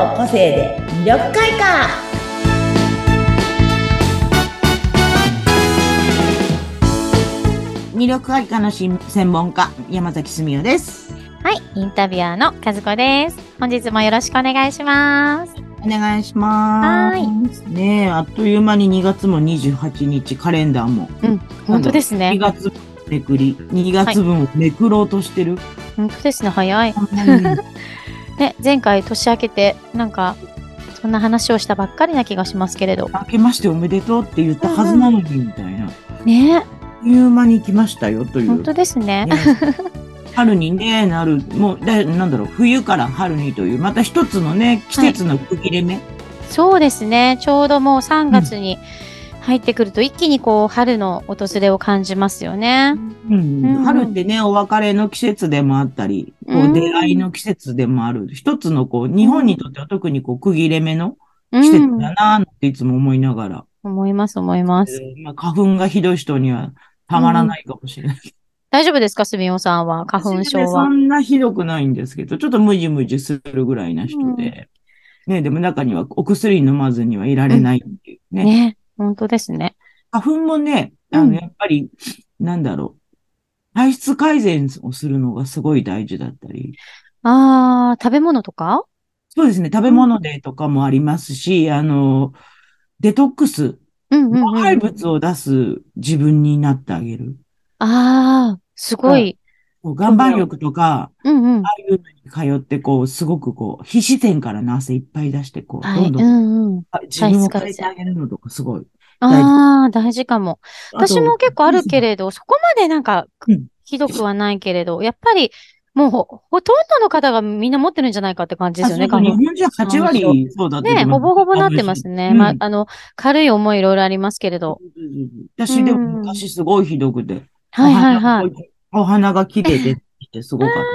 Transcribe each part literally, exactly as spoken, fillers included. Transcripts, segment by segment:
の個性で魅力開花。魅力開花の専門家、山崎澄代です。 はい、インタビュアーの和子です。本日もよろしくお願いします。 お願いします。はい。ねえ、あっという間ににがつもにじゅうはちにち、カレンダーも。 うん、本当ですね。 にがつめくり、にがつぶんをめくろうとしてる。はい、 本当ですね、早い。ね、前回年明けて、なんか、そんな話をしたばっかりな気がしますけれど。 明けましておめでとうって言ったはずなのに、みたいな。 ね。 あっという間に来ましたよ、という。 本当ですね。ね春にね、なる、もう、だなんだろう、冬から春にという、また一つのね、季節の区切れ目、はい。 そうですね。ちょうどもうさんがつに入ってくると、一気にこう、春の訪れを感じますよね。 うんうんうん、春ってね、お別れの季節でもあったり、こう、出会いの季節でもある。一つのこう、日本にとっては特にこう、区切れ目の季節だなっていつも思いながら。 思います、思います。 えー、まあ、花粉がひどい人にはたまらないかもしれない。うん、 大丈夫ですか、すみおさんは、花粉症は。 私はね、そんなひどくないんですけど、ちょっとムジムジするぐらいな人で。うん、ね、でも中にはお薬飲まずにはいられないっていうね。 うん、ね、本当ですね。 花粉もね、あの、やっぱり、うん、なんだろう。体質改善をするのがすごい大事だったり。 ああ、食べ物とか？ そうですね。食べ物でとかもありますし、うん、あの、デトックス。 うんうんうん、 廃物を出す自分になってあげる。 ああ、すごい。 岩盤浴とか、 うんうん、 ああいうのに通って、こう、すごくこう、皮脂点からの汗いっぱい出して、こう、 はい、 どんどん、 うんうん、 自分を変えてあげるのとか、すごい大事。 ああ、大事かも。私も結構あるけれど、そこまでなんか、うん、ひどくはないけれど、やっぱり、もうほ、ほとんどの方がみんな持ってるんじゃないかって感じですよね。 あ、そうそう、日本人はちわりそうだって言ってね、 ます。 ほぼほぼなってますね。うん、まあ、あの、軽い思いいろいろありますけれど。 私でも昔すごいひどくて、 はいはいはい。 お花が切れてきてすごかった。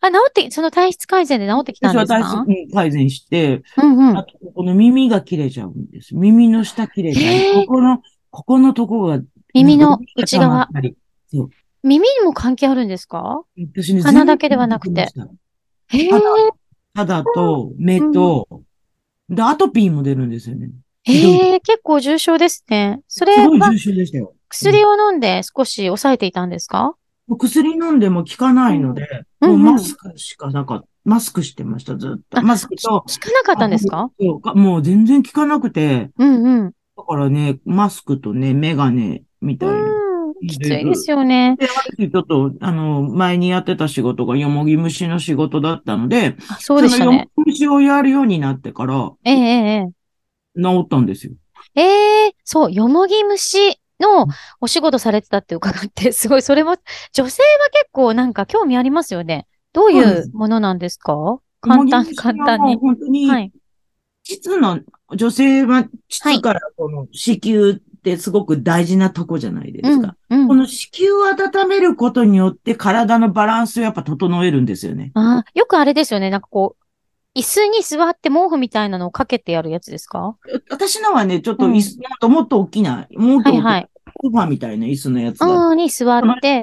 あ、治って、その体質改善で治ってきたんですか？ 私は体質改善して、 うんうん、 あと、この耳が切れちゃうんです。耳の下切れたり、ここの、ここのとこが、 耳の内側。 そう。 耳にも関係あるんですか？ 私ね、 鼻だけではなくて。へえ。 肌と目と、うん、で、アトピーも出るんですよね。 へえ、結構重症ですね。それは、 すごい重症でしたよ。 薬を飲んで少し抑えていたんですか？ うん、薬飲んでも効かないので、うん、もうマスクしかなかった。マスクしてました、ずっと。マスクと。効かなかったんですか？ もう全然効かなくて。 うんうん。 だからね、マスクとね、メガネみたいな。 きついですよね。 で、ある日ちょっと、あの、前にやってた仕事がよもぎ虫の仕事だったので、 あ、そうでしたね。 そのよもぎ虫をやるようになってから、 ええええ。 治ったんですよ。 ええ、そう、よもぎ虫のお仕事されてたって伺って、すごい、それも、女性は結構なんか興味ありますよね。どういうものなんですか？簡単、簡単に。 本当に、 はい。 膣の、女性は膣からこの子宮ってすごく大事なとこじゃないですか。うんうん、この子宮を温めることによって体のバランスをやっぱ整えるんですよね。 ああ、よくあれですよね。なんかこう、椅子に座って毛布みたいなのをかけてやるやつですか？ 私のはね、ちょっと椅子、うん、もっと大きな、もっと大きな、はいはい、ソファみたいな椅子のやつが。 ああ、に座って。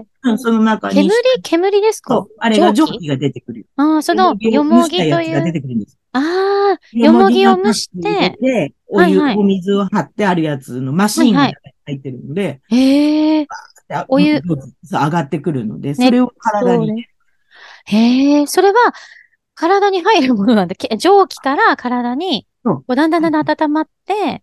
うん、その中に。 煙煙ですか？ そう、あれが蒸気が出てくる。 ああ、その、よもぎという。 出てくるんです。 ああ、よもぎを蒸して、 お湯、はいはい、お水を張ってあるやつのマシーンが入ってるので、 はいはい、へえ。お湯。 上がってくるので、それを体に。 へえ、それは体に入るものなんだ。蒸気から体に、こうだんだんだんだん温まって、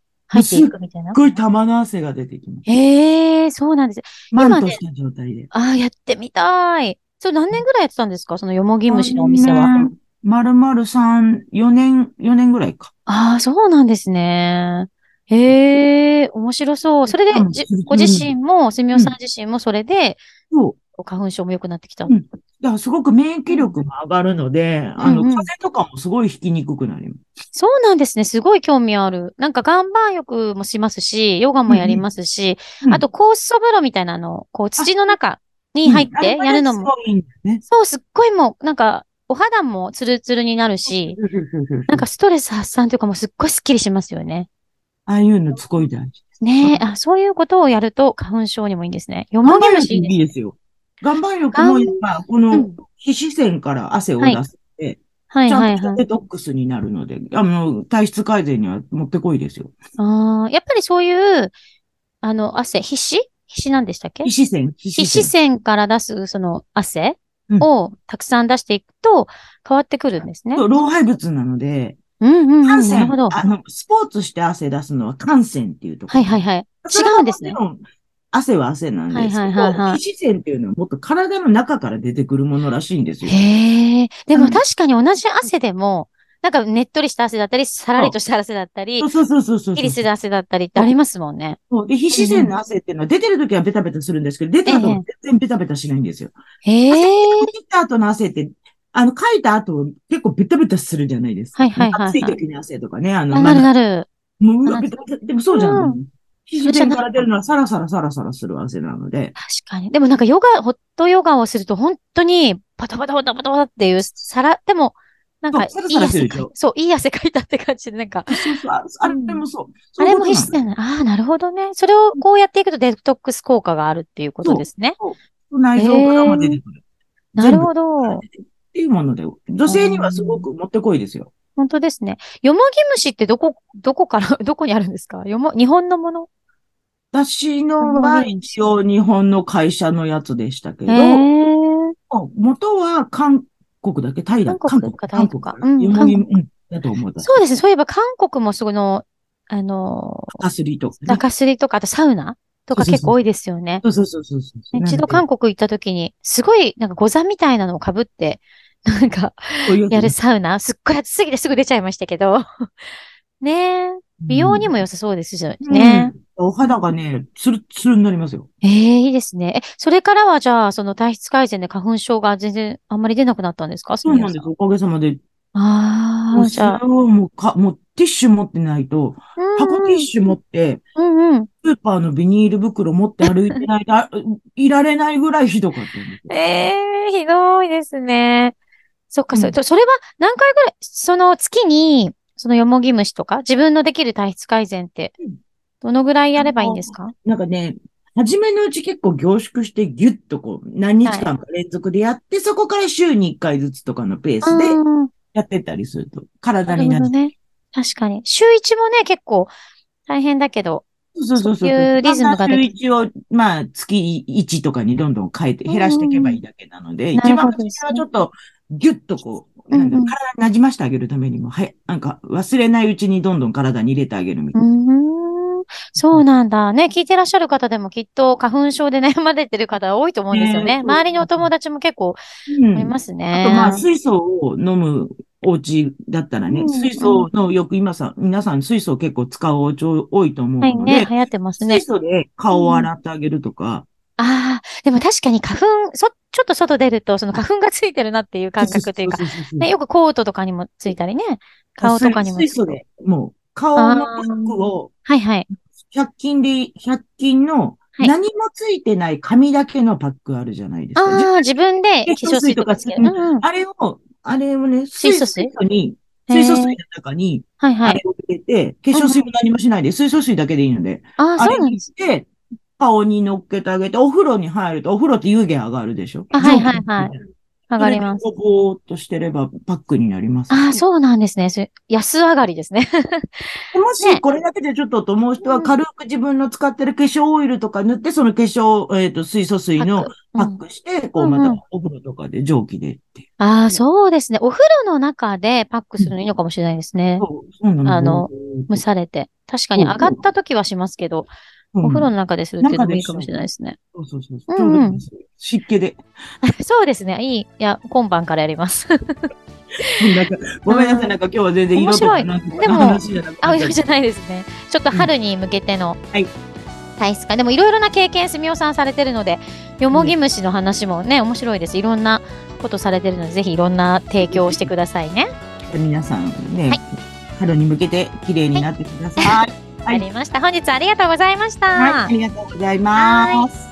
入っていくみたいな。 すっごい玉の汗が出てきます。 へえ、そうなんです。 マントした状態で。 ああ、やってみたい。それ何年ぐらいやってたんですか？そのよもぎ虫のお店は。 まるまるさん、よねん、よねんぐらいか。 ああ、そうなんですね。へえ、面白そう。それで、じご自身も、すみおさん自身もそれで、そう。花粉症も良くなってきた。うん。 だからすごく免疫力も上がるので、うん、あの、風邪とかもすごい引きにくくなります。 そうなんですね。すごい興味ある。なんか岩盤浴もしますし、ヨガもやりますし、うんうん、あと酵素風呂みたいなのを、こう土の中に入ってやるのも。 うん、いいんですね。 そう、すっごいもう、なんか、お肌もツルツルになるし、なんかストレス発散というかもすっごいスッキリしますよね。 ああいうのすごい大事です。 ねえ、あ、そういうことをやると花粉症にもいいんですね。よもぎ虫いいですよ。岩盤浴もやっぱ、この皮脂腺から汗を出して、はい、 はいちゃんはいはい。 としたデトックスになるので、あの、体質改善にはもってこいですよ。 ああ、やっぱりそういう、あの、汗、皮脂皮脂なんでしたっけ？ 皮脂腺、皮皮脂腺。 脂腺から出す、その汗うん。 をたくさん出していくと変わってくるんですね。 そう老廃物なので、 うんうんうん、なるほ汗腺、 ど。 あの、スポーツして汗出すのは汗腺っていうところなんです。 はいはいはい。違それはうんですね。 もちろん、汗は汗なんはいはいですけど、 はいはい。 皮脂腺っていうのはもっと体の中から出てくるものらしいんですよ。 へえ。であの、 も確かに同じ汗でも、なんかねっとりした汗だったり、さらりとした汗だったり、 そうそうそうそうそうそう。 キリする汗だったりってありそうますもんね。 そうで、皮脂うんうん。 腺の汗っていうのは出てるときはベタベタするんですけど、出えた後はえ。 全然ベタベタしないんですよ。 へ汗え。 切った後の汗って、あの、かいた後結構ベタベタするじゃないですか。 はいはいはいはい。 暑い時に汗とかね、あの、 あ、なまだ、 るなる。 もう、うわ、 あ、 ベタベタ、でもそうじゃんとうん。 思う。皮それじゃ脂腺ないかも。 から出るのはサラサラサラサラする汗なので、 確かに。でもなんかヨガ、ホットヨガをすると本当にパタパタパタパタパタっていう、さら、でも、なんそう、 かいサラサい汗かい、 ラするでしょ。 そう、いい汗かいたって感じで、なんか、 そうそう、あ、あうん。 れもそう。そういうあれもことなの。 必須だよね。ああ、なるほどね。それをこうやっていくとデトックス効果があるっていうことそう。 ですね。 そう。内臓からええ、 も出てくる。全部なるほど。 から出てくるっていうもので、女う性にはすごん、 くもってこいですよ。 本当ですね。よもぎ虫ってどこ、どこから、どこにあるんですか？よも、日本のもの？ 私よのはもぎ虫。 一応日本の会社のやつでしたえけど、 え、 元は韓国だっけタイだ、 韓韓国、 国かタイとか。 韓国かな。 うん、 よもぎ、 韓国。 うん、だと思う、確か。 そうですね。そういえば韓国もその、あの、 赤すりとかね。 中すりとか、あとサウナとそうそうそう。 か結構多いですよね。 そうそうそうそうそう。な一度んで、 韓国行った時に、すごい、なんかゴザみたいなのを被って、なんか、やるこういうやつね。 サウナ、すっごい暑すぎてすぐ出ちゃいましたけど。ねえ。美容うん。 にも良さそうですしね。 うん。おうん、 肌がね、ツルッツルになりますよ。 ええ、いいですね。え、それからはじゃあ、その体質改善で花粉症が全然あんまり出なくなったんですか、すみおさん？ そうなんです。おかげさまで。もああ、じうすゃあ、 ごい、もうか、もうティッシュ持ってないと、 う箱ティッんうん、 シュ持って、 うんうん。 スーパーのビニール袋持って歩いてないと、あいられないぐらいひどかったんですよ。 ええ、ひどいですね。そっか、そ、 うん。 それは何回ぐらい、その月に、そのよもぎ虫とか、自分のできる体質改善って、どのぐらいやればいいんあの、 ですか？ なんかね、初めのうち結構凝縮してギュッとこう、何日はい。 間か連続でやって、そこから週にいっかいずつとかのペーあスであ、 やってったりすると、 な体になじむ。 るほどね。確かに。週一もね、結構大変だけど、 そうそそうそうそう。 ういうリズだんだんムができる。 週いちを、まあ、月いちとかにどんどん変えて、 う減らしていけんうんうん。 ばいいだけなので、 なるほ一番初めどですね。 はちょっと、ギュッとこう、なんだ、 うんうん。 体に馴染ませてあげるためにも、はい、なんか忘れないうちにどんどん体に入れてあげるみうたいーん。そうなんだ。ね、聞いてらっしゃる方でもきっと花粉症で悩まれてる方多いと思うんな。 ですよね。 ねえ、そう周りのお友達も結構うん。 いますあと、まあ、 ね。 水素を飲むお家だったらうね、 ん水うん。 素のよく今さ、皆さん水素を結構使うお家多いと思はいね、 うので、 流行ってますね。 水素で顔をうんうん。 洗ってあげるとか、 ああ、でも確かに花粉、そ、ちょっと外出ると、その花粉がついてるなっていうそうそう感覚というか、 そうそうそう。 ね、よくコートとかにもついたりね、顔とか水、 にもつくと。 水素で、もう、顔のパッああ、 クを、 はいはい。 ひゃく均で、ひゃく均のはい。 何もついてない紙だけのパックあるじゃないですか。自ああ、自分で化分で化粧粧水とかつ、 水とかつける。 うんうんうん。 あれを、あれをね、水、水水素水？ 素に、 へ水素水え。 の中に、 はいはい。 あれを入れて、化うんうん。 粧水も何もしないで、水素水だけでいいので、 ああ、 あれにそうなんです。 して、顔に乗っけてあげて、お風呂に入ると、お風呂って湯気上がるでしょあ、はい蒸気はいはい。 みたいな。 上それで、 がります。 ぼぼーっとしてればパックになりますああ、 し。 そうなんですね。それ安上がりですね。 もし、 ね。 これだけでちょっとと思う人は、 うんうん。 軽く自分の使ってる化粧オイルとか塗って、その化粧、えっと、水素水のパック。うパッん。 クして、こう、またうんうん。 お風呂とかで蒸気でって。 ああ、そうですね。お風呂の中でパックうん。 するのいいのかもしれないですね。 そう、そうなの、ぼーっあの、蒸と。 されて。確かにそう、 上がっもた時はしますけど、 う、うん。 お風呂の中でするっていう中のもいいかもしでしちゃうと。 れないですね。 そうそうそう。 うちょうどんうん。 いいです。湿気で。 そうですね。いい。いや、今晩からやります。 なんか、ごめんなさい。 うん。 なんか今日は全然色と面白い。 かなんとかでも、 の話じゃなくなっちゃって。 青色じゃないですね。ちょっとうん。 春に向けてのはい。 体質か。でもいろいろな経験、すみおさんされてるので、よもぎね、 虫の話もね、面白いです。いろんなことされてるので、ぜひいろんな提供をしてくださいね。 皆さんね、 はい。 春に向けて綺麗にはい。 なってください。はい。 わかりました。本日はありがとうございましはい。あた。 りがとうございまはーい。 す。